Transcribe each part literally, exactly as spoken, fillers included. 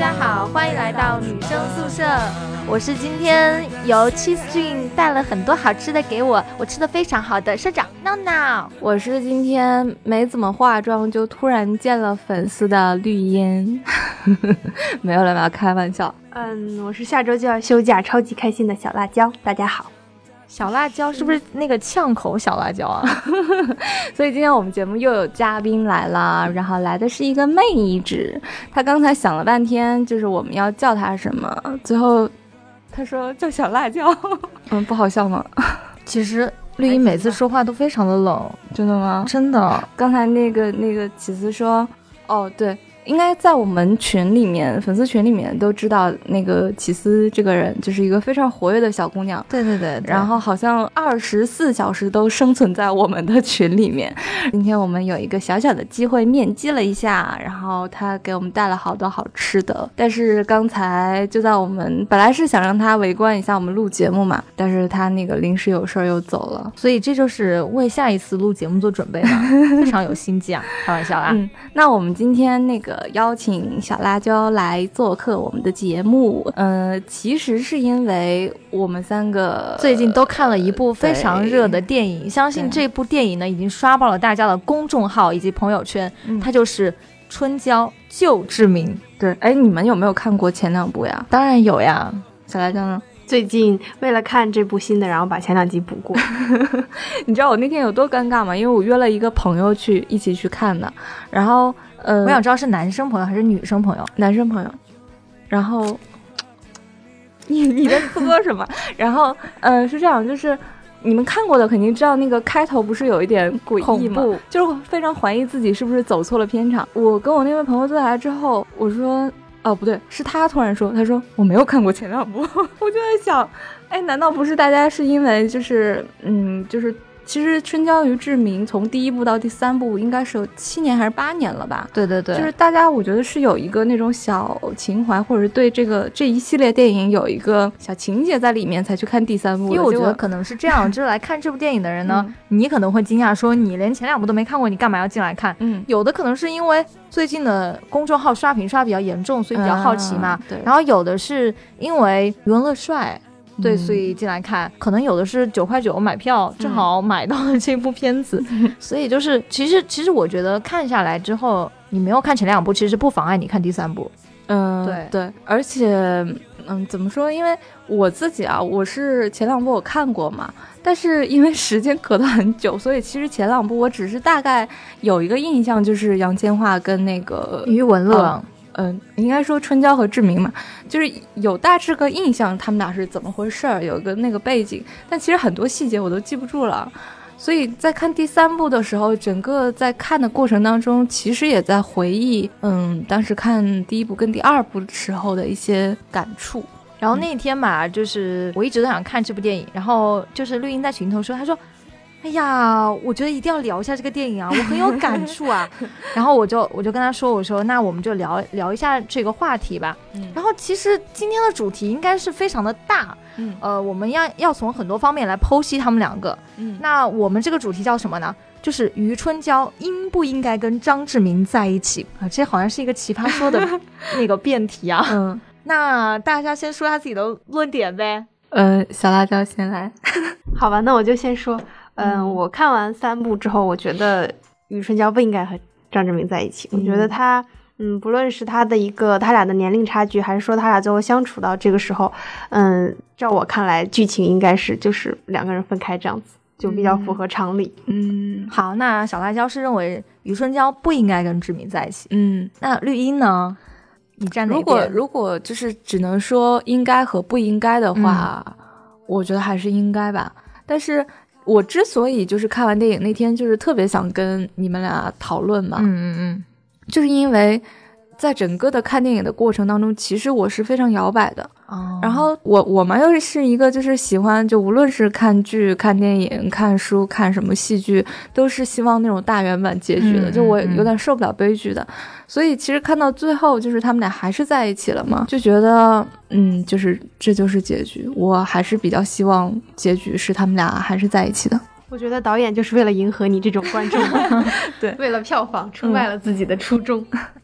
家好，欢迎来到女生宿舍。我是今天由 Cheese 君带了很多好吃的给我，我吃的非常好的社长闹闹。 我是今天没怎么化妆就突然见了粉丝的绿茵。没有了，没有，开玩笑。 嗯，我是下周就要休假，超级开心的小辣椒。大家好。 小辣椒是不是那个呛口小辣椒啊？ 所以今天我们节目又有嘉宾来了，然后来的是一个妹纸，她刚才想了半天，就是我们要叫她什么，最后她说叫小辣椒。嗯，不好笑吗？ 其实绿茵每次说话都非常的冷。 真的吗？ 真的。 刚才那个那个起司说，哦对，应该在我们群里面，粉丝群里面都知道那个起司这个人就是一个非常活跃的小姑娘。 对对 对, 对， 然后好像二十四小时都生存在我们的群里面。今天我们有一个小小的机会面基了一下，然后她给我们带了好多好吃的，但是刚才就在我们本来是想让她围观一下我们录节目嘛，但是她那个临时有事儿又走了， 所以这就是为下一次录节目做准备嘛。非常有心机啊，开玩笑啊。 嗯，那我们今天那个邀请小辣椒来做客我们的节目，呃，其实是因为我们三个最近都看了一部非常热的电影，相信这部电影呢已经刷爆了大家的公众号以及朋友圈，嗯、它就是《春娇救志明》。 对，哎，你们有没有看过前两部呀？ 当然有呀。 小辣椒呢？ 最近为了看这部新的，然后把前两集补过。 你知道我那天有多尴尬吗？因为我约了一个朋友去一起去看的，然后呃， 我想知道是男生朋友还是女生朋友？ 男生朋友。然后你你在说什么？然后呃是这样，就是你们看过的肯定知道那个开头不是有一点诡异吗？就是非常怀疑自己是不是走错了片场。我跟我那位朋友坐下来之后，我说哦不对，是他突然说，他说我没有看过前两部。我就在想，哎，难道不是大家是因为就是嗯就是其实《春娇与志明》从第一部到第三部应该是有七年还是八年了吧？ 对对对， 就是大家我觉得是有一个那种小情怀，或者是对这个这一系列电影有一个小情节在里面才去看第三部。 因为我觉得可能是这样，就是来看这部电影的人呢，嗯、你可能会惊讶说你连前两部都没看过，你干嘛要进来看？嗯，有的可能是因为最近的公众号刷屏刷比较严重，所以比较好奇嘛。嗯、对，然后有的是因为余文乐帅。对，所以进来看，可能有的是九块九买票，正好买到了这部片子，嗯、所以就是其实其实我觉得看下来之后，你没有看前两部，其实不妨碍你看第三部。 嗯，对对，而且嗯，怎么说？因为我自己啊，我是前两部我看过嘛，但是因为时间隔得很久，所以其实前两部我只是大概有一个印象，就是杨千嬅跟那个余文乐。 嗯嗯，应该说春娇和志明嘛，就是有大致个印象他们俩是怎么回事儿，有个那个背景，但其实很多细节我都记不住了。所以在看第三部的时候，整个在看的过程当中，其实也在回忆，嗯，当时看第一部跟第二部时候的一些感触。 然后那天嘛，就是我一直都想看这部电影，然后就是绿茵在群头说，他说哎呀，我觉得一定要聊一下这个电影啊，我很有感触啊。然后我就我就跟他说，我说那我们就聊聊一下这个话题吧。嗯、然后其实今天的主题应该是非常的大，嗯、呃，我们要要从很多方面来剖析他们两个。嗯、那我们这个主题叫什么呢？就是余春娇应不应该跟张志明在一起啊？这好像是一个奇葩说的那个辩题啊。嗯，那大家先说一下自己的论点呗。 呃，小辣椒先来。 好吧，那我就先说。嗯，嗯我看完三部之后，我觉得余春娇不应该和张志明在一起。嗯、我觉得他，嗯，不论是他的一个他俩的年龄差距，还是说他俩最后相处到这个时候，嗯，照我看来，剧情应该是就是两个人分开这样子，就比较符合常理。 嗯，好，那小辣椒是认为余春娇不应该跟志明在一起。嗯，那绿茵呢？你站哪边？ 如果如果就是只能说应该和不应该的话，嗯、我觉得还是应该吧。但是我之所以就是看完电影那天就是特别想跟你们俩讨论嘛， 嗯嗯嗯， 就是因为在整个的看电影的过程当中，其实我是非常摇摆的。哦，然后我我嘛又是一个就是喜欢，就无论是看剧、看电影、看书、看什么戏剧，都是希望那种大圆满结局的。嗯、就我有点受不了悲剧的，嗯、所以其实看到最后，就是他们俩还是在一起了嘛，就觉得嗯，就是这就是结局。我还是比较希望结局是他们俩还是在一起的。 我觉得导演就是为了迎合你这种观众，对，为了票房出卖了自己的初衷。 嗯、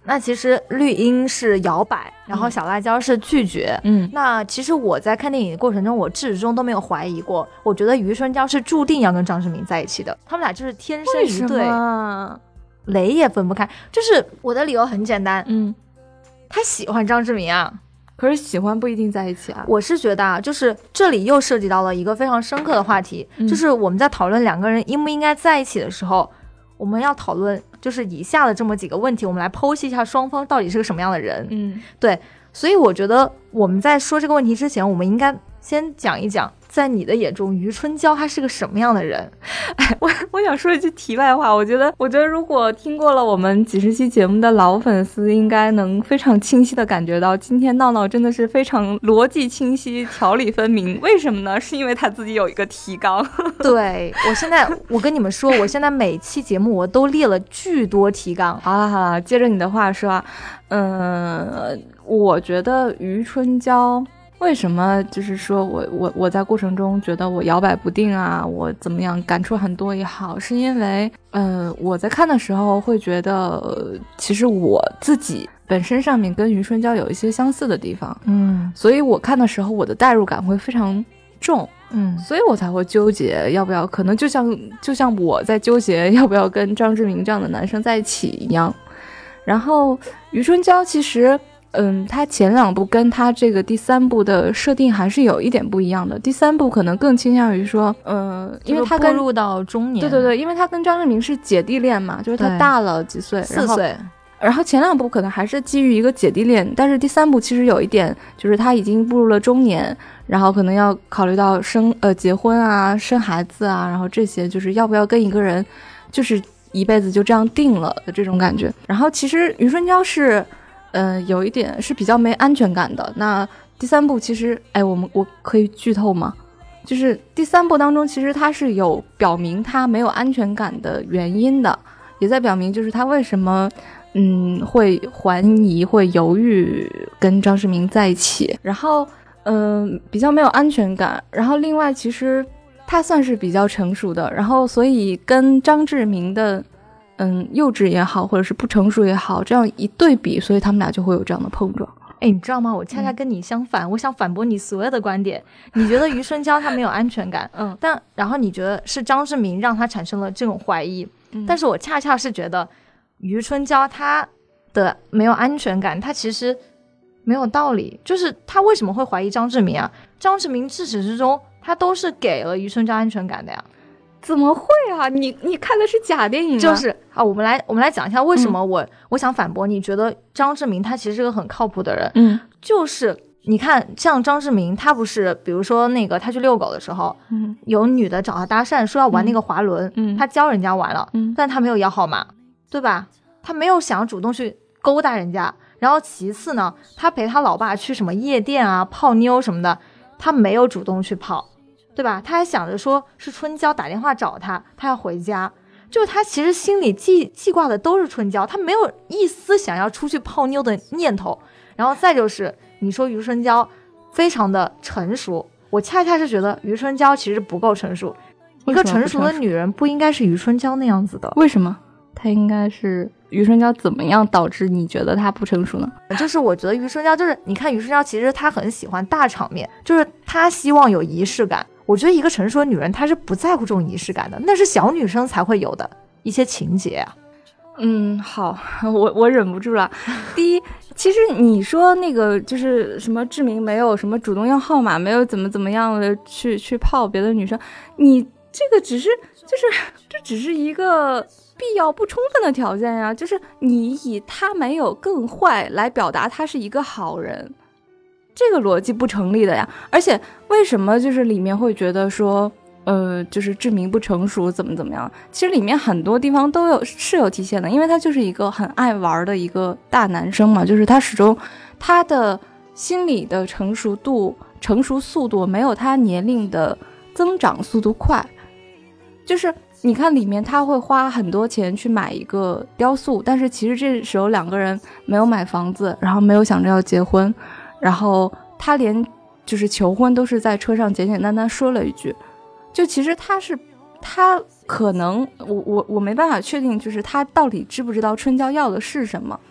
那其实绿茵是摇摆，然后小辣椒是拒绝。 嗯， 那其实我在看电影的过程中，我至始终都没有怀疑过，我觉得余春娇是注定要跟张志明在一起的，他们俩就是天生一对，雷也分不开。就是我的理由很简单， 嗯， 他喜欢张志明啊。 可是喜欢不一定在一起啊。 我是觉得啊，就是这里又涉及到了一个非常深刻的话题，嗯、就是我们在讨论两个人应不应该在一起的时候，我们要讨论就是以下的这么几个问题，我们来剖析一下双方到底是个什么样的人。 嗯， 对，所以我觉得我们在说这个问题之前，我们应该先讲一讲，在你的眼中余春娇她是个什么样的人。 哎，我我想说一句题外话，我觉得我觉得如果听过了我们几十期节目的老粉丝，应该能非常清晰的感觉到，今天闹闹真的是非常逻辑清晰，条理分明。为什么呢？是因为他自己有一个提纲。 对，我现在我跟你们说，我现在每期节目我都列了巨多提纲。 好了好了，接着你的话说啊，嗯，我觉得余春娇为什么就是说我我我在过程中觉得我摇摆不定啊，我怎么样感触很多也好，是因为呃我在看的时候会觉得、呃、其实我自己本身上面跟余春娇有一些相似的地方， 嗯， 所以我看的时候我的代入感会非常重， 嗯， 所以我才会纠结要不要，可能就像就像我在纠结要不要跟张志明这样的男生在一起一样。然后余春娇其实嗯，他前两部跟他这个第三部的设定还是有一点不一样的。第三部可能更倾向于说，呃，因为他跟步入到中年， 对对对，因为他跟张志明是姐弟恋嘛，就是他大了几岁， 四岁。 然后前两部可能还是基于一个姐弟恋，但是第三部其实有一点，就是他已经步入了中年，然后可能要考虑到生呃结婚啊、生孩子啊，然后这些就是要不要跟一个人，就是一辈子就这样定了的这种感觉。然后其实余春娇是。呃，有一点是比较没安全感的。那第三部其实，哎，我们我可以剧透吗？就是第三部当中，其实他是有表明他没有安全感的原因的，也在表明就是他为什么嗯会怀疑、会犹豫跟张志明在一起，然后嗯、呃、比较没有安全感。然后另外，其实他算是比较成熟的，然后所以跟张志明的。嗯，幼稚也好，或者是不成熟也好，这样一对比，所以他们俩就会有这样的碰撞。 哎，你知道吗？我恰恰跟你相反，嗯、我想反驳你所有的观点。你觉得余春娇她没有安全感，嗯，但然后你觉得是张志明让她产生了这种怀疑，嗯、但是我恰恰是觉得余春娇她的没有安全感，她其实没有道理。就是她为什么会怀疑张志明啊？张志明自始至终他都是给了余春娇安全感的呀。 怎么会啊？你你看的是假电影啊？ 就是啊，我们来我们来讲一下为什么我、嗯、我想反驳你觉得张志明他其实是个很靠谱的人。 嗯， 就是你看像张志明他不是比如说那个他去遛狗的时候， 嗯， 有女的找他搭讪说要玩那个滑轮， 嗯， 他教人家玩了， 嗯， 但他没有要号码，对吧？他没有想主动去勾搭人家。然后其次呢，他陪他老爸去什么夜店啊泡妞什么的，他没有主动去泡，对吧？他还想着说是春娇打电话找他，他要回家，就是他其实心里记记挂的都是春娇，他没有一丝想要出去泡妞的念头。然后再就是你说余春娇非常的成熟，我恰恰是觉得余春娇其实不够成熟，一个成熟的女人不应该是余春娇那样子的。 为什么？她应该是余春娇怎么样导致你觉得她不成熟呢？ 就是我觉得余春娇就是你看余春娇其实她很喜欢大场面，就是她希望有仪式感。我觉得一个成熟的女人她是不在乎这种仪式感的，那是小女生才会有的一些情节啊。 嗯，好，我我忍不住了。第一，其实你说那个就是什么志明没有什么主动要号码，没有怎么怎么样的去去泡别的女生，你这个只是就是这只是一个必要不充分的条件呀，就是你以他没有更坏来表达他是一个好人。这个逻辑不成立的呀。而且为什么就是里面会觉得说呃，就是志明不成熟怎么怎么样，其实里面很多地方都有是有体现的，因为他就是一个很爱玩的一个大男生嘛，就是他始终他的心理的成熟度成熟速度没有他年龄的增长速度快。就是你看里面他会花很多钱去买一个雕塑，但是其实这时候两个人没有买房子，然后没有想着要结婚，然后他连就是求婚都是在车上简简单单说了一句，就其实他是他可能我我我没办法确定就是他到底知不知道春娇要的是什么，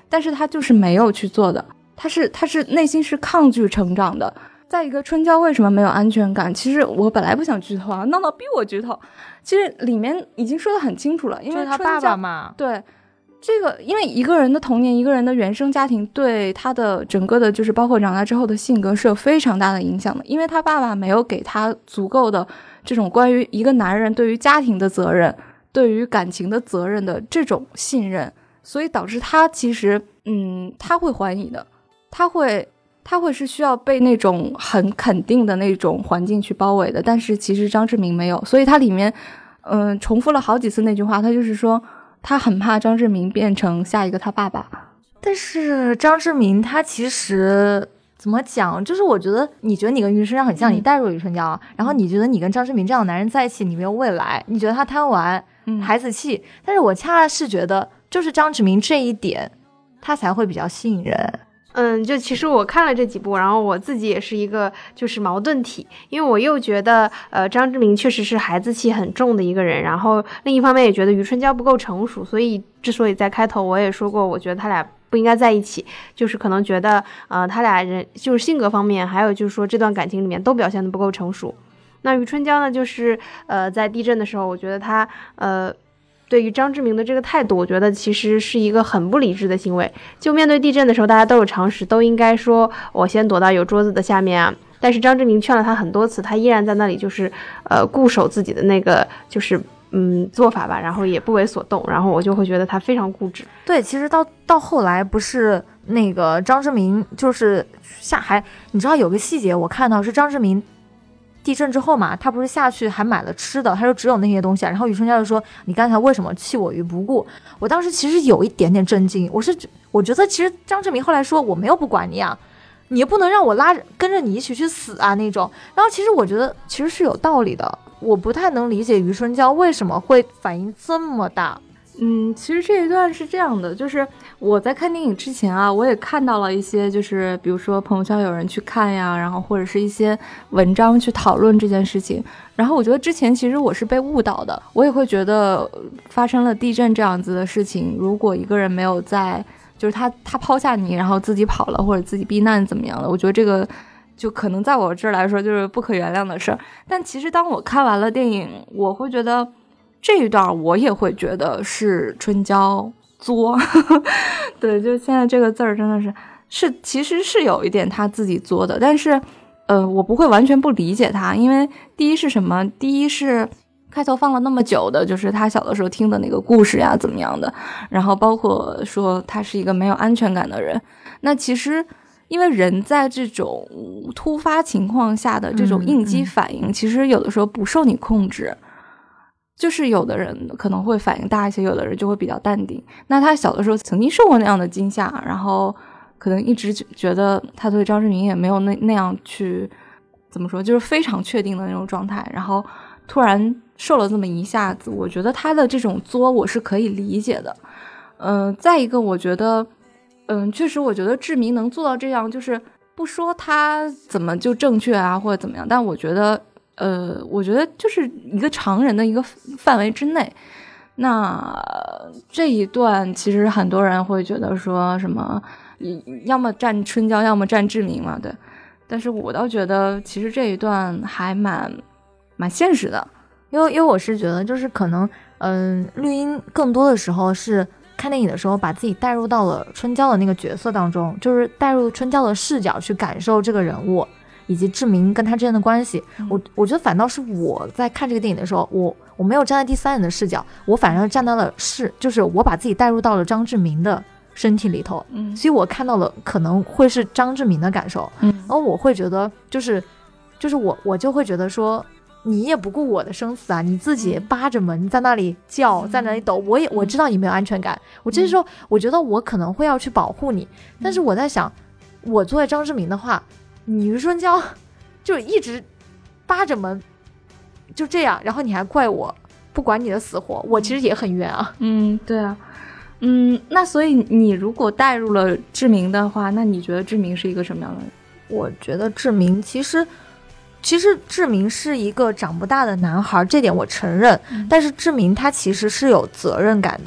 但是他就是没有去做的，他是他是内心是抗拒成长的。再一个，春娇为什么没有安全感？其实我本来不想剧透啊，闹闹逼我剧透。其实里面已经说得很清楚了，因为就是他爸爸嘛。 对，这个因为一个人的童年，一个人的原生家庭对他的整个的，就是包括长大之后的性格是有非常大的影响的。因为他爸爸没有给他足够的这种关于一个男人对于家庭的责任、对于感情的责任的这种信任，所以导致他其实，嗯，他会怀疑的，他会。他会是需要被那种很肯定的那种环境去包围的，但是其实张志明没有，所以他里面嗯、呃、重复了好几次那句话，他就是说他很怕张志明变成下一个他爸爸。 但是张志明他其实怎么讲，就是我觉得你觉得你跟余生很像，嗯、你带入余春娇，然后你觉得你跟张志明这样的男人在一起你没有未来，你觉得他贪玩、嗯、孩子气，但是我恰恰是觉得就是张志明这一点他才会比较吸引人。 嗯，就其实我看了这几部，然后我自己也是一个就是矛盾体，因为我又觉得呃张志明确实是孩子气很重的一个人，然后另一方面也觉得余春娇不够成熟，所以之所以在开头我也说过，我觉得他俩不应该在一起，就是可能觉得呃他俩人就是性格方面，还有就是说这段感情里面都表现得不够成熟。那余春娇呢，就是呃在地震的时候，我觉得他呃。对于张志明的这个态度，我觉得其实是一个很不理智的行为。就面对地震的时候，大家都有常识，都应该说我先躲到有桌子的下面啊。但是张志明劝了他很多次，他依然在那里就是呃固守自己的那个就是嗯做法吧，然后也不为所动。然后我就会觉得他非常固执。 对，其实到到后来不是那个张志明就是下还，你知道有个细节我看到是张志明。地震之后嘛，他不是下去还买了吃的，他说只有那些东西啊。然后余春娇就说：“你刚才为什么弃我于不顾？”我当时其实有一点点震惊，我是我觉得其实张志明后来说我没有不管你啊，你也不能让我拉着跟着你一起去死啊那种。然后其实我觉得其实是有道理的，我不太能理解余春娇为什么会反应这么大。 嗯，其实这一段是这样的，就是我在看电影之前啊，我也看到了一些，就是比如说朋友圈有人去看呀，然后或者是一些文章去讨论这件事情。然后我觉得之前其实我是被误导的，我也会觉得发生了地震这样子的事情，如果一个人没有在，就是他他抛下你，然后自己跑了或者自己避难怎么样的，我觉得这个就可能在我这儿来说就是不可原谅的事儿。但其实当我看完了电影，我会觉得。这一段我也会觉得是春娇作，对，就现在这个字儿真的是是其实是有一点他自己作的，但是呃，我不会完全不理解他，因为第一是什么？第一是开头放了那么久的，就是他小的时候听的那个故事呀，怎么样的，然后包括说他是一个没有安全感的人，那其实。因为人在这种突发情况下的这种应激反应，嗯嗯、其实有的时候不受你控制。就是有的人可能会反应大一些，有的人就会比较淡定。那他小的时候曾经受过那样的惊吓，然后可能一直觉得他对张志明也没有那那样去怎么说，就是非常确定的那种状态。然后突然受了这么一下子，我觉得他的这种作我是可以理解的。嗯、呃，再一个，我觉得，嗯，确实，我觉得志明能做到这样，就是不说他怎么就正确啊，或者怎么样，但我觉得。呃，我觉得就是一个常人的一个范围之内。那这一段其实很多人会觉得说什么，要么站春娇，要么站志明嘛，对。但是我倒觉得，其实这一段还蛮蛮现实的， 因为因为我是觉得，就是可能，嗯、呃，绿茵更多的时候是看电影的时候，把自己带入到了春娇的那个角色当中，就是带入春娇的视角去感受这个人物。以及志明跟他之间的关系，嗯、我我觉得反倒是我在看这个电影的时候，我我没有站在第三人的视角，我反而站到了是，就是我把自己带入到了张志明的身体里头，嗯，所以我看到了可能会是张志明的感受，嗯，然后我会觉得就是就是我我就会觉得说，你也不顾我的生死啊，你自己扒着门在那里叫，嗯、在那里抖，我也我知道你没有安全感，我这时候我觉得我可能会要去保护你，但是我在想，我作为张志明的话。你余春娇就一直扒着门就这样，然后你还怪我不管你的死活，我其实也很冤啊。 嗯，对啊，嗯，那所以你如果带入了志明的话，那你觉得志明是一个什么样的人？ 我觉得志明其实其实志明是一个长不大的男孩，这点我承认，嗯、但是志明他其实是有责任感的。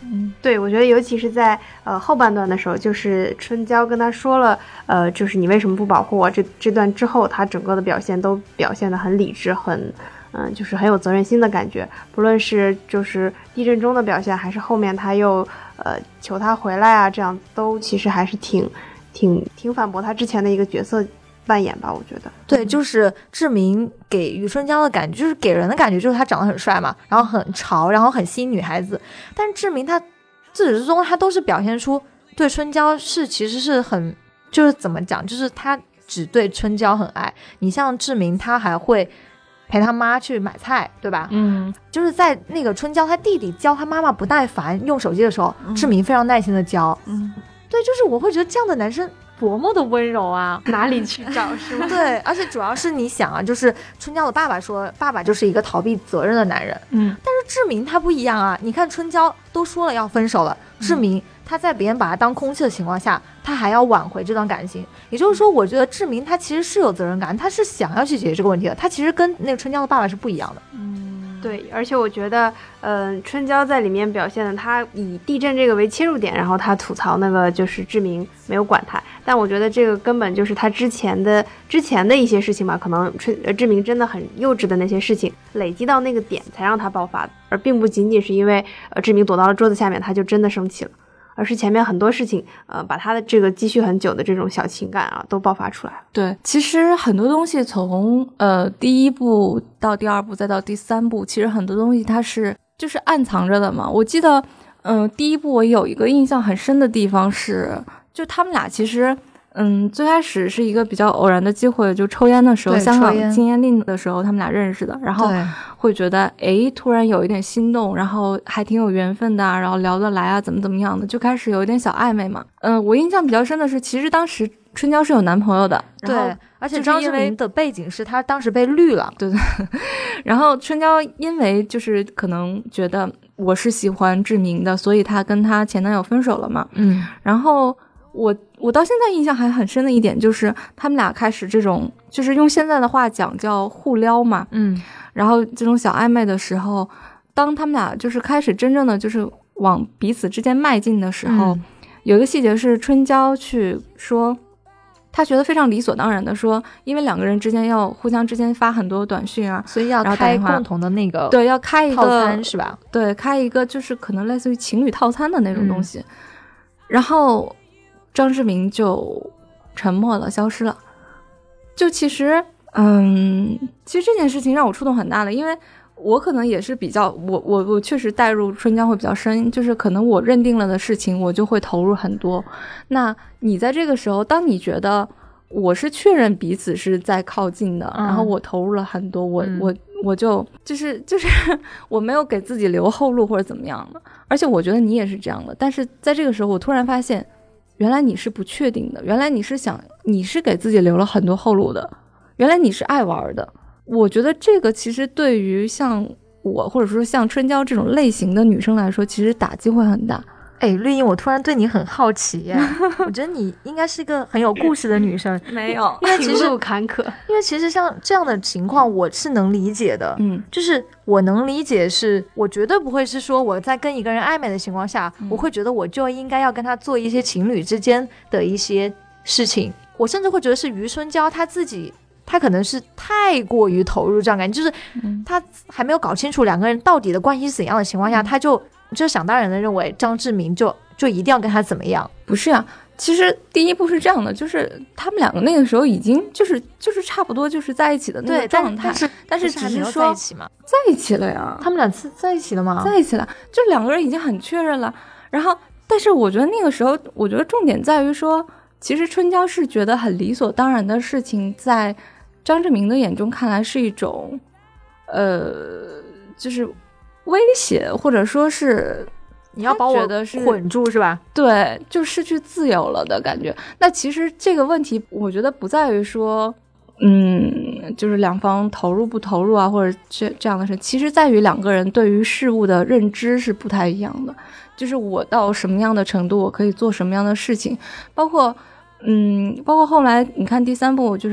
嗯，对，我觉得尤其是在呃后半段的时候，就是春娇跟他说了，呃，就是你为什么不保护我这这段之后，他整个的表现都表现得很理智，很嗯、呃，就是很有责任心的感觉。不论是就是地震中的表现，还是后面他又呃求他回来啊，这样都其实还是挺挺挺反驳他之前的一个角色扮演吧，我觉得。 对，就是志明给余春娇的感觉，就是给人的感觉就是他长得很帅嘛，然后很潮，然后很吸引女孩子。但是志明他自始至终他都是表现出对春娇是其实是很，就是怎么讲，就是他只对春娇很爱。你像志明他还会陪他妈去买菜，对吧？ 嗯， 就是在那个春娇他弟弟教他妈妈不耐烦用手机的时候，嗯、志明非常耐心的教。 嗯， 对，就是我会觉得这样的男生多么的温柔啊， 哪里去找是吗？ 对，而且主要是你想啊，就是春娇的爸爸说，爸爸就是一个逃避责任的男人。 嗯， 但是志明他不一样啊，你看春娇都说了要分手了，志明他在别人把他当空气的情况下，他还要挽回这段感情。也就是说，我觉得志明他其实是有责任感，他是想要去解决这个问题的，他其实跟那个春娇的爸爸是不一样的。 嗯，对，而且我觉得，嗯、呃，春娇在里面表现的，他以地震这个为切入点，然后他吐槽那个就是志明没有管他，但我觉得这个根本就是他之前的之前的一些事情吧，可能春呃志明真的很幼稚的那些事情累积到那个点才让他爆发，而并不仅仅是因为呃志明躲到了桌子下面，他就真的生气了。而是前面很多事情，呃，把他的这个积蓄很久的这种小情感啊，都爆发出来了。 对，其实很多东西从呃第一部到第二部再到第三部，其实很多东西它是就是暗藏着的嘛。我记得，嗯、呃，第一部我有一个印象很深的地方是，就他们俩其实。嗯，最开始是一个比较偶然的机会，就抽烟的时候，香港禁烟令的时候，他们俩认识的，然后会觉得，哎，突然有一点心动，然后还挺有缘分的，然后聊得来啊，怎么怎么样的，就开始有一点小暧昧嘛。嗯、呃，我印象比较深的是，其实当时春娇是有男朋友的，然后对，而且张志明的背景是他当时被绿了， 对对。然后春娇因为就是可能觉得我是喜欢志明的，所以她跟她前男友分手了嘛。 嗯， 然后。我我到现在印象还很深的一点就是他们俩开始这种就是用现在的话讲叫互撩嘛， 嗯， 然后这种小暧昧的时候，当他们俩就是开始真正的就是往彼此之间迈进的时候，嗯、有一个细节是春娇去说，她觉得非常理所当然的说，因为两个人之间要互相之间发很多短讯啊， 所以要开共同的那个对，要开一个套餐是吧？ 对，开一个就是可能类似于情侣套餐的那种东西，嗯、然后。张志明就沉默了，消失了。就其实，嗯，其实这件事情让我触动很大的，因为我可能也是比较，我我我确实带入春娇会比较深，就是可能我认定了的事情，我就会投入很多。那你在这个时候，当你觉得我是确认彼此是在靠近的，嗯、然后我投入了很多，我、嗯、我我就就是就是我没有给自己留后路或者怎么样的，而且我觉得你也是这样的。但是在这个时候，我突然发现。原来你是不确定的，原来你是想你是给自己留了很多后路的，原来你是爱玩的。我觉得这个其实对于像我或者说像春娇这种类型的女生来说，其实打击会很大。 哎，绿茵，我突然对你很好奇耶我觉得你应该是一个很有故事的女生。 没有， 因为其实坎坷， 因为其实像这样的情况我是能理解的。 嗯， 就是我能理解是我绝对不会是说我在跟一个人暧昧的情况下、嗯、我会觉得我就应该要跟他做一些情侣之间的一些事情。我甚至会觉得是余春娇她自己他可能是太过于投入这样感觉，就是他还没有搞清楚两个人到底的关系是怎样的情况下、嗯、他就就想当然的认为张志明就就一定要跟他怎么样。 不是啊，其实第一步是这样的，就是他们两个那个时候已经就是就是差不多就是在一起的那个状态， 但是但是只是说在一起嘛， 在一起了呀， 他们俩是在一起了吗？ 在一起了，就两个人已经很确认了。然后但是我觉得那个时候我觉得重点在于说，其实春娇是觉得很理所当然的事情，在张志明的眼中看来是一种呃就是威胁，或者说是你要把我捆住是吧？ 对，就失去自由了的感觉。那其实这个问题我觉得不在于说嗯就是两方投入不投入啊，或者这这样的事，其实在于两个人对于事物的认知是不太一样的。就是我到什么样的程度我可以做什么样的事情，包括嗯包括后来你看第三部就是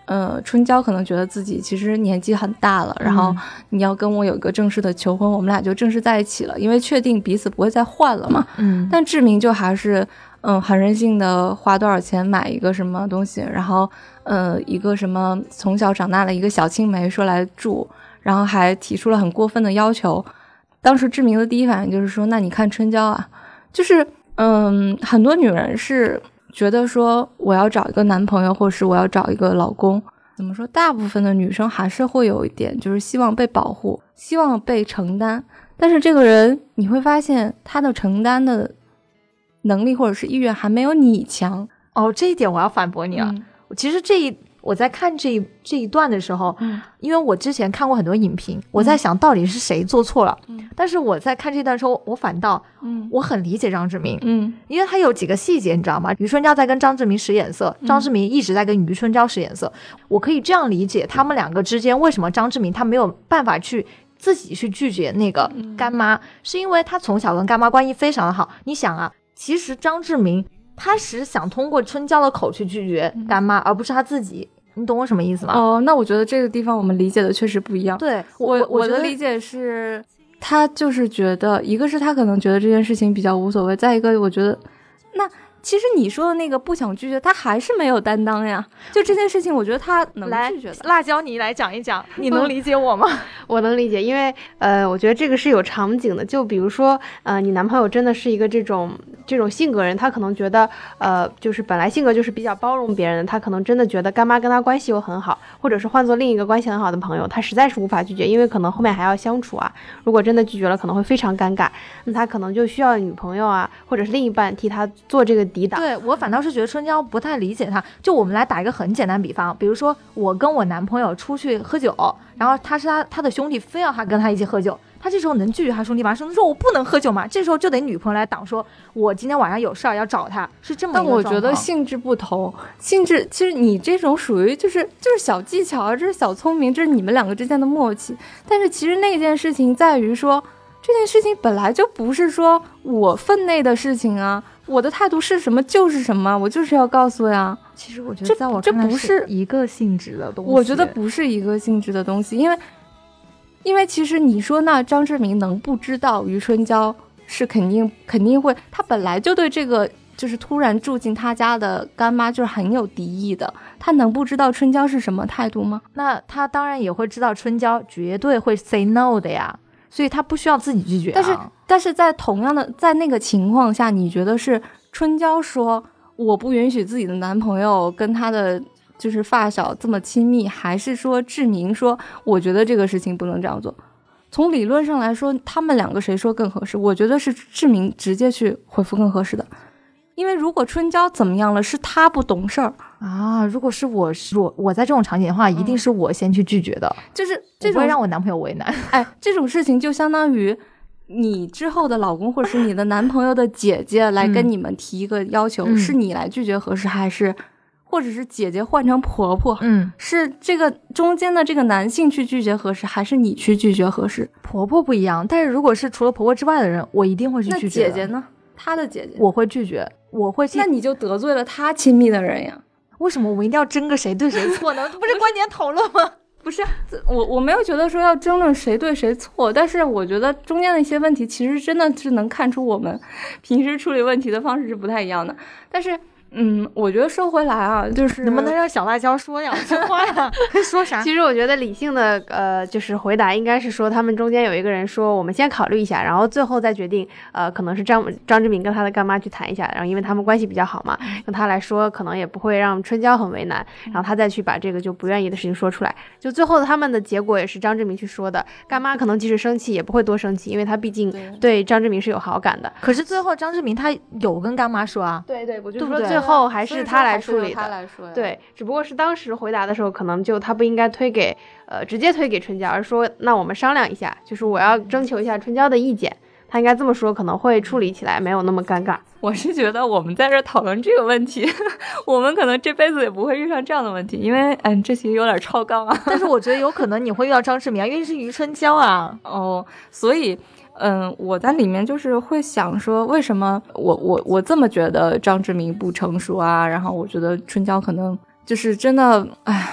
呃，春娇可能觉得自己其实年纪很大了，然后你要跟我有一个正式的求婚，我们俩就正式在一起了，因为确定彼此不会再换了嘛。 嗯， 但志明就还是嗯很任性的花多少钱买一个什么东西，然后呃一个什么从小长大的一个小青梅说来住，然后还提出了很过分的要求。当时志明的第一反应就是说，那你看春娇啊，就是嗯很多女人是觉得说我要找一个男朋友，或是我要找一个老公，怎么说，大部分的女生还是会有一点就是希望被保护，希望被承担，但是这个人你会发现他的承担的能力或者是意愿还没有你强。 哦，这一点我要反驳你了、嗯、其实这一我在看这一这一段的时候、嗯、因为我之前看过很多影评、嗯、我在想到底是谁做错了、嗯、但是我在看这段的时候我反倒、嗯、我很理解张志明，嗯，因为他有几个细节你知道吗？余春娇在跟张志明使眼色、嗯、张志明一直在跟余春娇使眼色、嗯、我可以这样理解他们两个之间为什么张志明他没有办法去自己去拒绝那个干妈、嗯、是因为他从小跟干妈关系非常的好。你想啊，其实张志明他是想通过春娇的口去拒绝干妈、嗯、而不是他自己，你懂我什么意思吗？ 哦，那我觉得这个地方我们理解的确实不一样。 对， 我我我的理解是他就是觉得，一个是他可能觉得这件事情比较无所谓，再一个我觉得那其实你说的那个不想拒绝，他还是没有担当呀。就这件事情我觉得他能拒绝的。 辣椒你来讲一讲，你能理解我吗？ 我能理解，因为呃我觉得这个是有场景的。就比如说呃你男朋友真的是一个这种这种性格人，他可能觉得呃就是本来性格就是比较包容别人的，他可能真的觉得干妈跟他关系又很好，或者是换做另一个关系很好的朋友，他实在是无法拒绝，因为可能后面还要相处啊，如果真的拒绝了可能会非常尴尬，那他可能就需要女朋友啊或者是另一半替他做这个抵挡。 对，我反倒是觉得春娇不太理解他。就我们来打一个很简单比方，比如说我跟我男朋友出去喝酒，然后他是他他的兄弟非要他跟他一起喝酒，他这时候能拒绝他兄弟吗？兄弟说我不能喝酒嘛，这时候就得女朋友来挡，说我今天晚上有事儿要找他，是这么一个状况。 但我觉得性质不同，性质其实你这种属于就是就是小技巧啊，这是小聪明，这是你们两个之间的默契。但是其实那件事情在于说，这件事情本来就不是说我分内的事情啊，我的态度是什么就是什么，我就是要告诉呀。 其实我觉得在我看来这不是一个性质的东西， 我觉得不是一个性质的东西，因为因为其实你说那张志明能不知道余春娇是肯定肯定会，他本来就对这个就是突然住进他家的干妈就是很有敌意的，他能不知道春娇是什么态度吗？ 那他当然也会知道春娇绝对会 say no 的呀，所以他不需要自己拒绝、啊、 但是但是在同样的在那个情况下，你觉得是春娇说我不允许自己的男朋友跟他的就是发小这么亲密，还是说志明说我觉得这个事情不能这样做？从理论上来说，他们两个谁说更合适？我觉得是志明直接去回复更合适的，因为如果春娇怎么样了，是他不懂事儿啊。如果是我是我我在这种场景的话，一定是我先去拒绝的， 嗯、就是这种不会让我男朋友为难。 哎，这种事情就相当于你之后的老公或者是你的男朋友的姐姐来跟你们提一个要求，嗯、是你来拒绝合适，还是或者是姐姐换成婆婆， 嗯， 是这个中间的这个男性去拒绝合适，还是你去拒绝合适？ 婆婆不一样，但是如果是除了婆婆之外的人，我一定会去拒绝。 那姐姐呢？她的姐姐我会拒绝，我会去。 那你就得罪了她亲密的人呀？ 为什么我一定要争个谁对谁错呢？这不是观点讨论吗？ 不是，我我没有觉得说要争论谁对谁错，但是我觉得中间的一些问题其实真的是能看出我们平时处理问题的方式是不太一样的。但是嗯，我觉得说回来啊，就是能不能让小辣椒说两句话呀？说啥？ 其实我觉得理性的呃，就是回答应该是说，他们中间有一个人说，我们先考虑一下，然后最后再决定。呃，可能是张张志明跟他的干妈去谈一下，然后因为他们关系比较好嘛，用他来说，可能也不会让春娇很为难，然后他再去把这个就不愿意的事情说出来。就最后他们的结果也是张志明去说的，干妈可能即使生气也不会多生气，因为他毕竟对张志明是有好感的。 可是最后张志明他有跟干妈说啊， 对对，我就说最后。后还是他来处理的， 他来说对，只不过是当时回答的时候，可能就他不应该推给呃直接推给春娇，而说那我们商量一下，就是我要征求一下春娇的意见，他应该这么说，可能会处理起来没有那么尴尬。 我是觉得我们在这讨论这个问题，我们可能这辈子也不会遇上这样的问题，因为嗯这期有点超纲啊。 但是我觉得有可能你会遇到张志明，因为是余春娇啊。 哦，所以。嗯，我在里面就是会想说，为什么我我我这么觉得张志明不成熟啊？然后我觉得春娇可能就是真的，哎，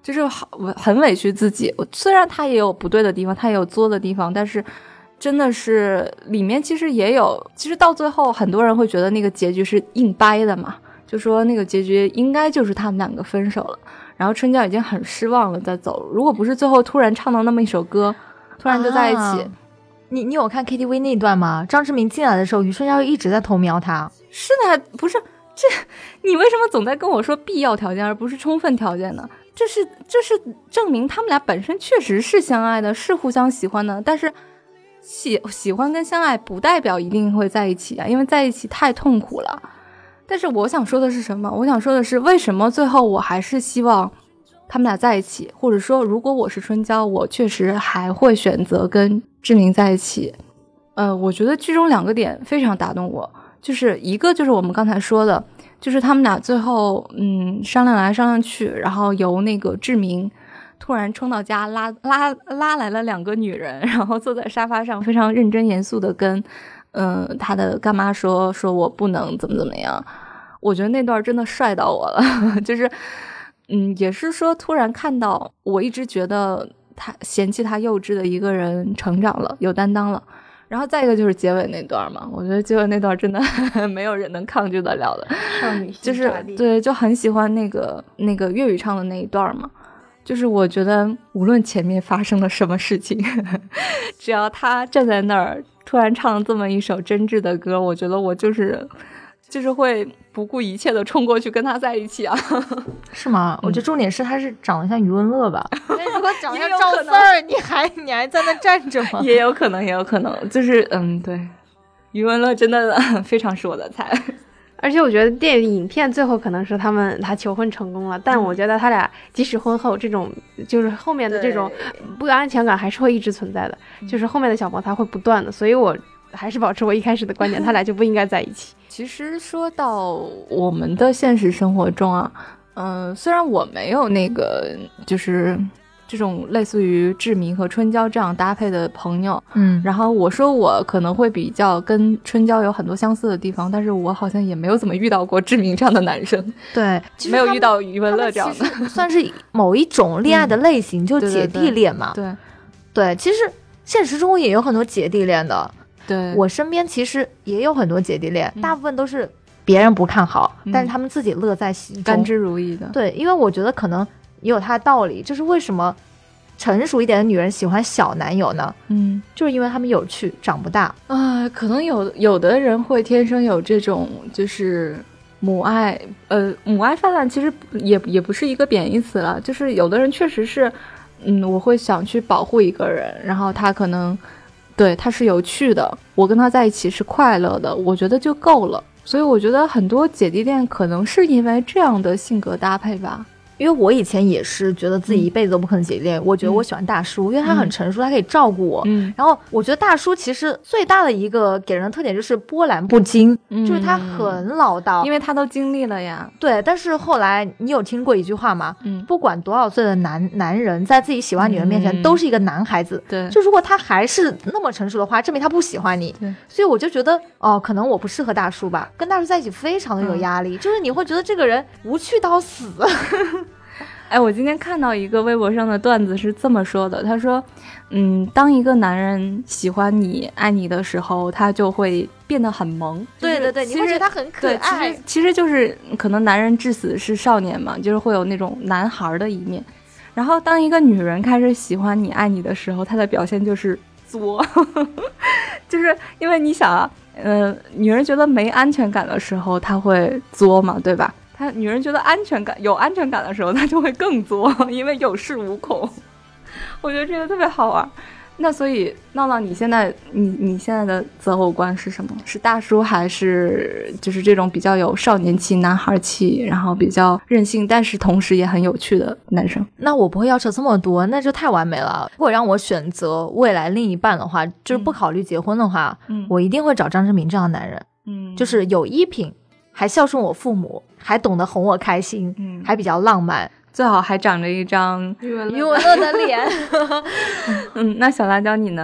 就是好很委屈自己。虽然他也有不对的地方，他也有作的地方，但是真的是里面其实也有，其实到最后很多人会觉得那个结局是硬掰的嘛，就说那个结局应该就是他们两个分手了，然后春娇已经很失望了在走，如果不是最后突然唱到那么一首歌，突然就在一起。啊， 你你有看 K T V 那段吗？张志明进来的时候，余春娇一直在偷瞄他。 是的，不是这，你为什么总在跟我说必要条件而不是充分条件呢？这是这是证明他们俩本身确实是相爱的，是互相喜欢的，但是喜喜欢跟相爱不代表一定会在一起啊，因为在一起太痛苦了。但是我想说的是什么？我想说的是，为什么最后我还是希望他们俩在一起，或者说如果我是春娇，我确实还会选择跟志明在一起。呃，我觉得剧中两个点非常打动我，就是一个就是我们刚才说的，就是他们俩最后嗯商量来商量去，然后由那个志明突然冲到家拉拉拉来了两个女人，然后坐在沙发上非常认真严肃的跟嗯、呃、他的干妈说说我不能怎么怎么样。我觉得那段真的帅到我了，就是嗯也是说突然看到我一直觉得他嫌弃他幼稚的一个人成长了，有担当了。然后再一个就是结尾那段嘛，我觉得结尾那段真的没有人能抗拒得了的， 少女心就是对，就很喜欢那个那个粤语唱的那一段嘛。就是我觉得无论前面发生了什么事情，只要他站在那儿突然唱了这么一首真挚的歌，我觉得我就是就是会不顾一切的冲过去跟他在一起啊。 是吗？我觉得重点是他是长得像余文乐吧。如果长得像赵四儿，你还你还在那站着吗？ 也有可能，也有可能，就是嗯，对，余文乐真的非常是我的菜。 而且我觉得电影影片最后可能是他们他求婚成功了，但我觉得他俩即使婚后这种就是后面的这种不安全感还是会一直存在的，就是后面的小摩擦会不断的，所以我还是保持我一开始的观点，他俩就不应该在一起。 其实说到我们的现实生活中啊，嗯、呃，虽然我没有那个就是这种类似于志明和春娇这样搭配的朋友， 嗯， 然后我说我可能会比较跟春娇有很多相似的地方，但是我好像也没有怎么遇到过志明这样的男生， 对， 没有遇到余文乐这样的， 算是某一种恋爱的类型，嗯、就姐弟恋嘛， 对 对, 对, 对，其实现实中也有很多姐弟恋的， 对， 我身边其实也有很多姐弟恋，嗯、大部分都是别人不看好，嗯、但是他们自己乐在其中， 甘之如饴的， 对，因为我觉得可能也有它的道理，就是为什么成熟一点的女人喜欢小男友呢？嗯，就是因为他们有趣，长不大啊、呃。可能有有的人会天生有这种就是母爱，呃，母爱泛滥，其实也也不是一个贬义词了。就是有的人确实是，嗯，我会想去保护一个人，然后他可能对他是有趣的，我跟他在一起是快乐的，我觉得就够了。所以我觉得很多姐弟恋可能是因为这样的性格搭配吧。 因为我以前也是觉得自己一辈子都不可能姐弟恋、嗯、我觉得我喜欢大叔、嗯、因为他很成熟、嗯、他可以照顾我、嗯、然后我觉得大叔其实最大的一个给人的特点就是波澜不惊、嗯、就是他很老道， 因为他都经历了呀。 对，但是后来你有听过一句话吗？嗯，不管多少岁的男男人在自己喜欢女人面前、嗯、都是一个男孩子， 对， 就如果他还是那么成熟的话，证明他不喜欢你。对，所以我就觉得哦，可能我不适合大叔吧，跟大叔在一起非常的有压力、嗯、就是你会觉得这个人无趣到死。 哎，我今天看到一个微博上的段子是这么说的，他说嗯，当一个男人喜欢你爱你的时候，他就会变得很萌。 对对对，你会觉得他很可爱。 其实其实就是可能男人至死是少年嘛，就是会有那种男孩的一面。然后当一个女人开始喜欢你爱你的时候，她的表现就是作。就是因为你想啊，呃，女人觉得没安全感的时候她会作嘛，对吧？她女人觉得安全感有安全感的时候，她就会更作，因为有恃无恐。我觉得这个特别好玩。那所以闹闹，你现在你你现在的择偶观是什么？是大叔还是就是这种比较有少年气、男孩气，然后比较任性，但是同时也很有趣的男生？ 那我不会要求这么多，那就太完美了。如果让我选择未来另一半的话，就是不考虑结婚的话，嗯，我一定会找张志明这样的男人。嗯，就是有衣品，还孝顺我父母，还懂得哄我开心，嗯，还比较浪漫。 最好还长着一张余文乐的脸。 嗯，那小辣椒你呢？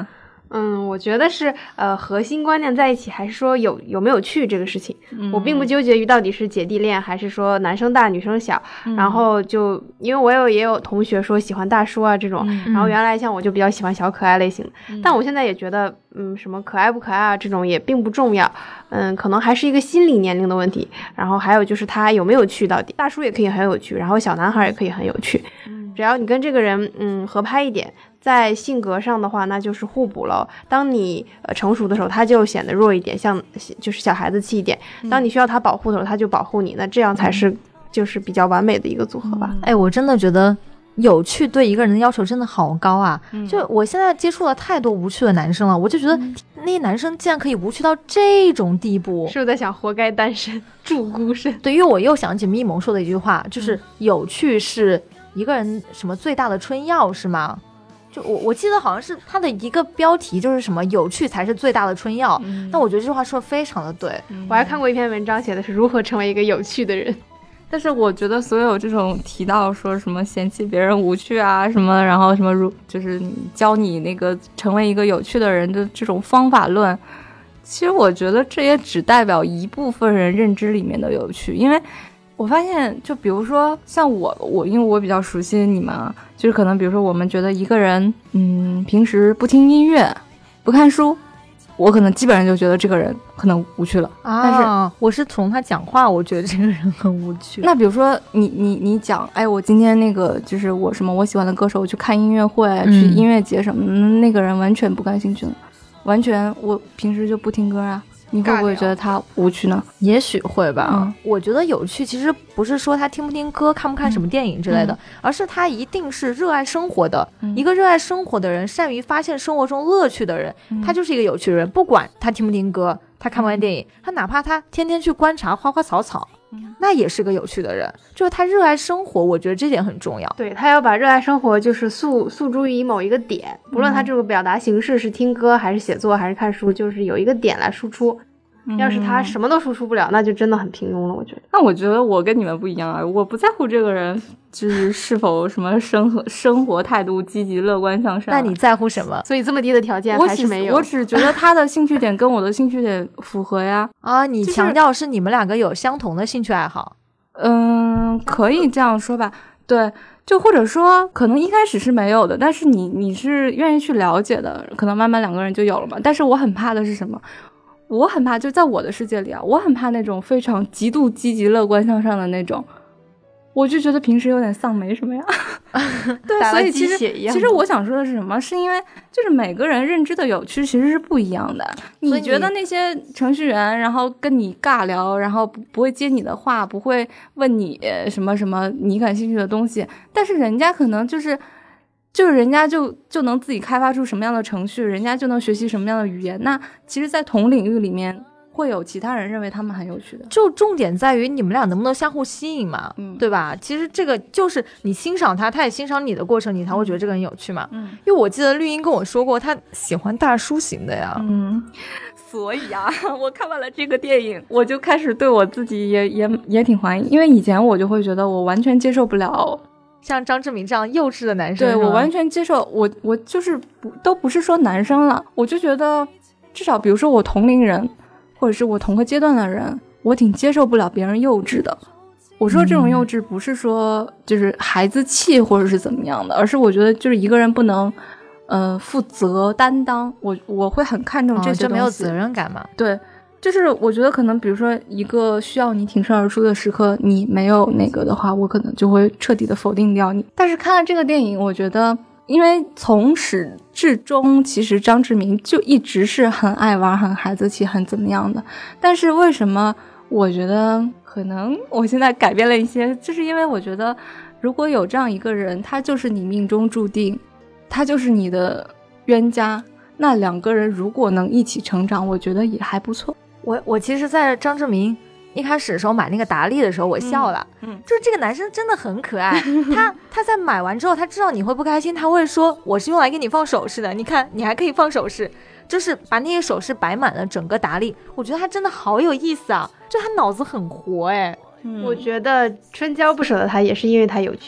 嗯，我觉得是呃，核心观念在一起，还是说有有没有趣这个事情、嗯、我并不纠结于到底是姐弟恋还是说男生大女生小、嗯、然后就因为我有也有同学说喜欢大叔啊这种、嗯、然后原来像我就比较喜欢小可爱类型的、嗯、但我现在也觉得嗯，什么可爱不可爱啊这种也并不重要，嗯，可能还是一个心理年龄的问题，然后还有就是他有没有趣，到底大叔也可以很有趣，然后小男孩也可以很有趣、嗯、只要你跟这个人嗯合拍一点，在性格上的话那就是互补了，当你呃成熟的时候他就显得弱一点，像就是小孩子气一点，当你需要他保护的时候他就保护你，那这样才是、嗯、就是比较完美的一个组合吧、 嗯、哎，我真的觉得有趣对一个人的要求真的好高啊、嗯、就我现在接触了太多无趣的男生了，我就觉得、嗯、那些男生竟然可以无趣到这种地步， 是不是在想活该单身祝孤身？ 对，因为我又想起咪蒙说的一句话，就是有趣是一个人什么最大的春药是吗？就我我记得好像是他的一个标题就是什么有趣才是最大的春药、嗯、那我觉得这句话说的非常的对、 嗯、我还看过一篇文章写的是如何成为一个有趣的人， 但是我觉得所有这种提到说什么嫌弃别人无趣啊什么，然后什么如就是教你那个成为一个有趣的人的这种方法论，其实我觉得这也只代表一部分人认知里面的有趣。因为我发现就比如说像我我因为我比较熟悉你们啊，就是可能比如说我们觉得一个人嗯平时不听音乐不看书，我可能基本上就觉得这个人可能无趣了啊。但是我是从他讲话我觉得这个人很无趣。 那比如说你你你讲哎我今天那个就是我什么我喜欢的歌手我去看音乐会、嗯、去音乐节什么的，那个人完全不感兴趣了，完全我平时就不听歌啊，你会不会觉得他无趣呢？ 也许会吧、嗯、我觉得有趣其实不是说他听不听歌看不看什么电影之类的、嗯、而是他一定是热爱生活的、嗯、一个热爱生活的人，善于发现生活中乐趣的人、嗯、他就是一个有趣的人，不管他听不听歌他看不看电影、嗯、他哪怕他天天去观察花花草草、嗯、那也是个有趣的人，就是他热爱生活，我觉得这点很重要。 对，他要把热爱生活就是诉诉诸于某一个点，不论他这个表达形式是听歌还是写作还是看书，就是有一个点来输出。要是他什么都输出不了，那就真的很平庸了，我觉得。 那我觉得我跟你们不一样啊，我不在乎这个人就是是否什么生活生活态度积极乐观向上、啊。 那你在乎什么？ 所以这么低的条件还是没有。 我只觉得他的兴趣点跟我的兴趣点符合呀。 啊，你强调是你们两个有相同的兴趣爱好。 嗯，可以这样说吧。对，就或者说可能一开始是没有的，但是你你是愿意去了解的，可能慢慢两个人就有了嘛。但是我很怕的是什么？我很怕就在我的世界里啊，我很怕那种非常极度积极乐观向上的那种，我就觉得平时有点丧没什么呀。对，所以其实其实我想说的是什么，是因为就是每个人认知的有趣其实是不一样的。你觉得那些程序员然后跟你尬聊，然后不会接你的话，不会问你什么什么你感兴趣的东西，但是人家可能就是就是人家就就能自己开发出什么样的程序，人家就能学习什么样的语言，那其实在同领域里面会有其他人认为他们很有趣的， 就重点在于你们俩能不能相互吸引嘛、嗯、对吧？其实这个就是你欣赏他他也欣赏你的过程，你才会觉得这个人有趣嘛。嗯，因为我记得绿茵跟我说过他喜欢大叔型的呀。 嗯，所以啊我看完了这个电影我就开始对我自己也也也挺怀疑，因为以前我就会觉得我完全接受不了像张志明这样幼稚的男生。 对，我完全接受，我我就是不都不是说男生了，我就觉得至少比如说我同龄人或者是我同个阶段的人，我挺接受不了别人幼稚的。我说这种幼稚不是说就是孩子气或者是怎么样的，而是我觉得就是一个人不能呃负责担当，我我会很看重这些东西、哦、就没有责任感嘛。 对，就是我觉得可能比如说一个需要你挺身而出的时刻，你没有那个的话，我可能就会彻底的否定掉你。但是看了这个电影，我觉得因为从始至终其实张志明就一直是很爱玩很孩子气很怎么样的，但是为什么我觉得可能我现在改变了一些，就是因为我觉得如果有这样一个人，他就是你命中注定，他就是你的冤家，那两个人如果能一起成长，我觉得也还不错。 我我其实在张志明一开始的时候买那个达利的时候我笑了，嗯，嗯就是这个男生真的很可爱。他他在买完之后他知道你会不开心，他会说我是用来给你放首饰的，你看你还可以放首饰，就是把那些首饰摆满了整个达利。我觉得他真的好有意思啊，就他脑子很活哎。 嗯、我觉得春娇不舍得他也是因为他有趣，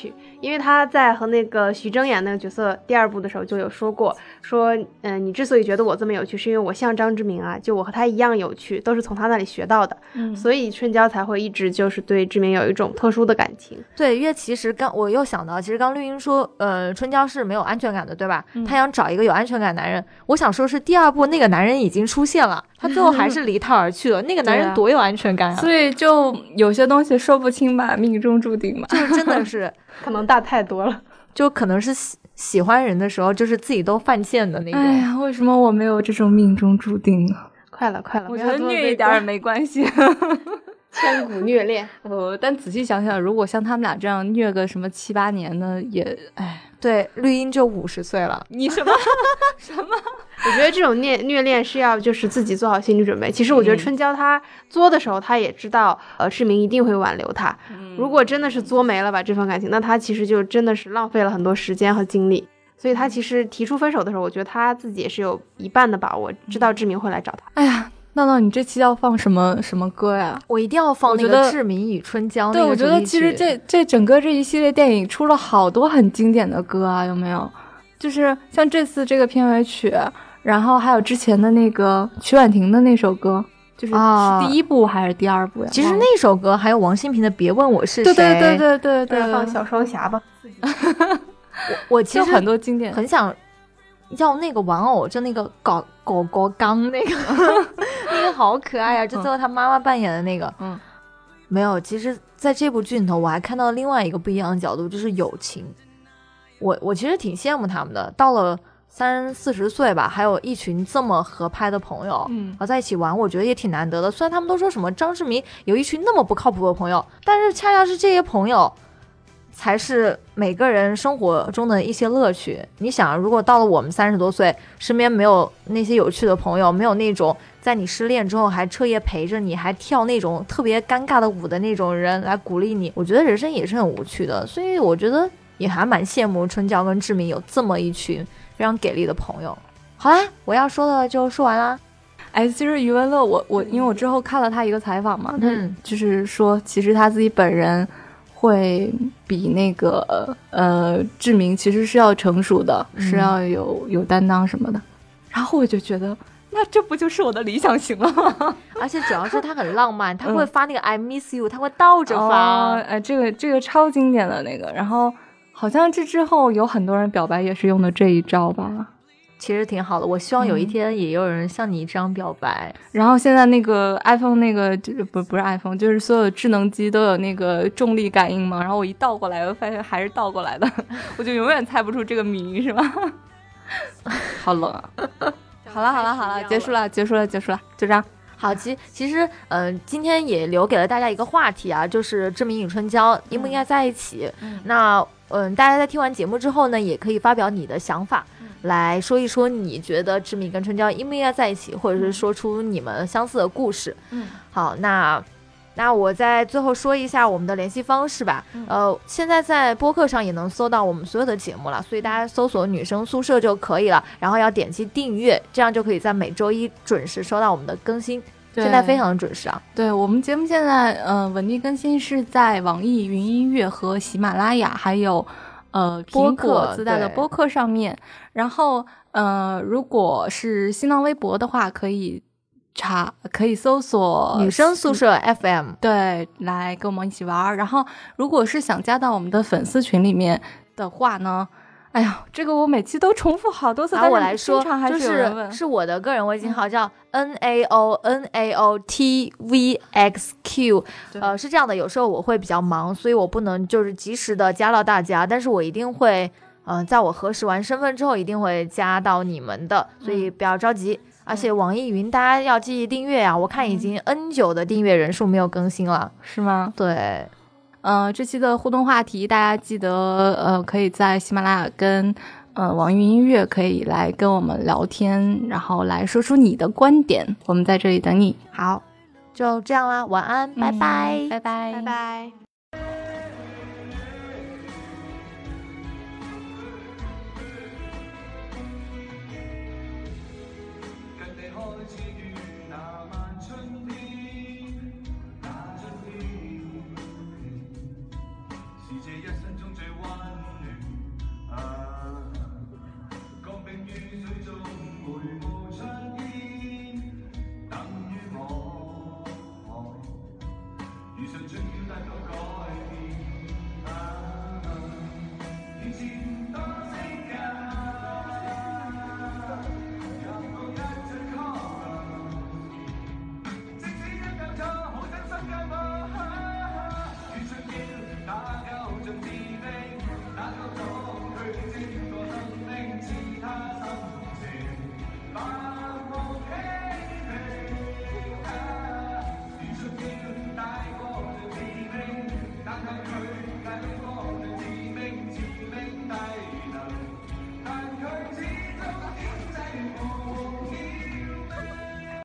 因为他在和那个徐峥演那个角色第二部的时候就有说过，说嗯、呃，你之所以觉得我这么有趣，是因为我像张志明啊，就我和他一样有趣，都是从他那里学到的，嗯，所以春娇才会一直就是对志明有一种特殊的感情。 对，因为其实刚我又想到，其实刚绿茵说，呃，春娇是没有安全感的，对吧？嗯、她想找一个有安全感的男人。我想说是第二部那个男人已经出现了，他最后还是离她而去了。那个男人多有安全感啊！ 所以就有些东西说不清吧，命中注定嘛， 就是真的是可能大太多了， 就可能是喜喜欢人的时候，就是自己都犯贱的那种。 哎呀，为什么我没有这种命中注定啊？ 快了，快了， 我觉得虐一点也没关系。 千古虐恋， 呃，但仔细想想，如果像他们俩这样虐个什么七八年呢，也哎， 对，绿茵就五十岁了， 你什么什么？ 我觉得这种虐虐恋是要就是自己做好心理准备。其实我觉得春娇她作的时候，她也知道呃志明一定会挽留她。嗯、如果真的是作没了吧这份感情，那她其实就真的是浪费了很多时间和精力。所以她其实提出分手的时候，我觉得她自己也是有一半的把握，知道志明会来找她。 哎呀。闹闹，你这期要放什么什么歌呀？ 我一定要放那个《志明与春娇》那个。 对，我觉得其实这这整个这一系列电影出了好多很经典的歌啊，有没有？就是像这次这个片尾曲，然后还有之前的那个曲婉婷的那首歌，就是是第一部还是第二部呀？ 其实那首歌还有王心平的《别问我是谁》。 对对对对对对， 放小双侠吧。 我我其实很多经典， 很想要那个玩偶，就那个搞狗狗刚那个。那个好可爱啊！就最后他妈妈扮演的那个，嗯，没有。其实，在这部剧里头，我还看到另外一个不一样的角度，就是友情。我我其实挺羡慕他们的，到了三四十岁吧，还有一群这么合拍的朋友，嗯，和在一起玩，我觉得也挺难得的。虽然他们都说什么张志明有一群那么不靠谱的朋友，但是恰恰是这些朋友，才是每个人生活中的一些乐趣。你想，如果到了我们三十多岁，身边没有那些有趣的朋友，没有那种在你失恋之后还彻夜陪着你，还跳那种特别尴尬的舞的那种人来鼓励你，我觉得人生也是很无趣的。所以我觉得也还蛮羡慕春娇跟志明有这么一群非常给力的朋友。好啦，我要说的就说完啦。 哎，其实余文乐，我我因为我之后看了他一个采访嘛，他就是说，其实他自己本人会比那个呃志明其实是要成熟的，嗯、是要有有担当什么的。然后我就觉得，那这不就是我的理想型了吗？ 而且主要是他很浪漫，他会发那个 I miss you， 他会倒着发。 哦、哎，这个这个超经典的那个。然后好像这之后有很多人表白也是用的这一招吧。 其实挺好的，我希望有一天也有人像你这样表白。 嗯、然后现在那个 iPhone 那个不不是 iPhone， 就是所有智能机都有那个重力感应嘛。然后我一倒过来，我发现还是倒过来的，我就永远猜不出这个谜，是吧？好冷啊！好了好了好了，结束了结束了结束了，就这样。 好，其其实，嗯、呃，今天也留给了大家一个话题啊，就是志明与春娇应不应该在一起？嗯、那，嗯、呃，大家在听完节目之后呢，也可以发表你的想法。来说一说你觉得志明跟春娇应不应该在一起，或者是说出你们相似的故事。嗯，好，那那我再最后说一下我们的联系方式吧。嗯、呃，现在在播客上也能搜到我们所有的节目了，所以大家搜索女生宿舍就可以了，然后要点击订阅，这样就可以在每周一准时收到我们的更新。现在非常的准时啊！ 对，我们节目现在呃稳定更新是在网易云音乐和喜马拉雅，还有呃苹果自带的播客上面。然后呃，如果是新浪微博的话，可以查，可以搜索女生宿舍 F M， 对，来跟我们一起玩。然后如果是想加到我们的粉丝群里面的话呢，哎呀，这个我每期都重复好多次， 然后我来说， 还是就是是我的个人微信号叫 N A O N A O T V X Q， 呃，是这样的，有时候我会比较忙，所以我不能就是及时的加到大家，但是我一定会，嗯、呃，在我核实完身份之后，一定会加到你们的，所以不要着急。嗯、而且网易云大家要记忆订阅啊，我看已经 N 九的订阅人数没有更新了， 是吗？ 对。 呃，这期的互动话题，大家记得呃，可以在喜马拉雅跟呃网易云音乐可以来跟我们聊天，然后来说出你的观点，我们在这里等你。 好，就这样啦，晚安，嗯、拜拜， 拜拜， 拜拜。世界一生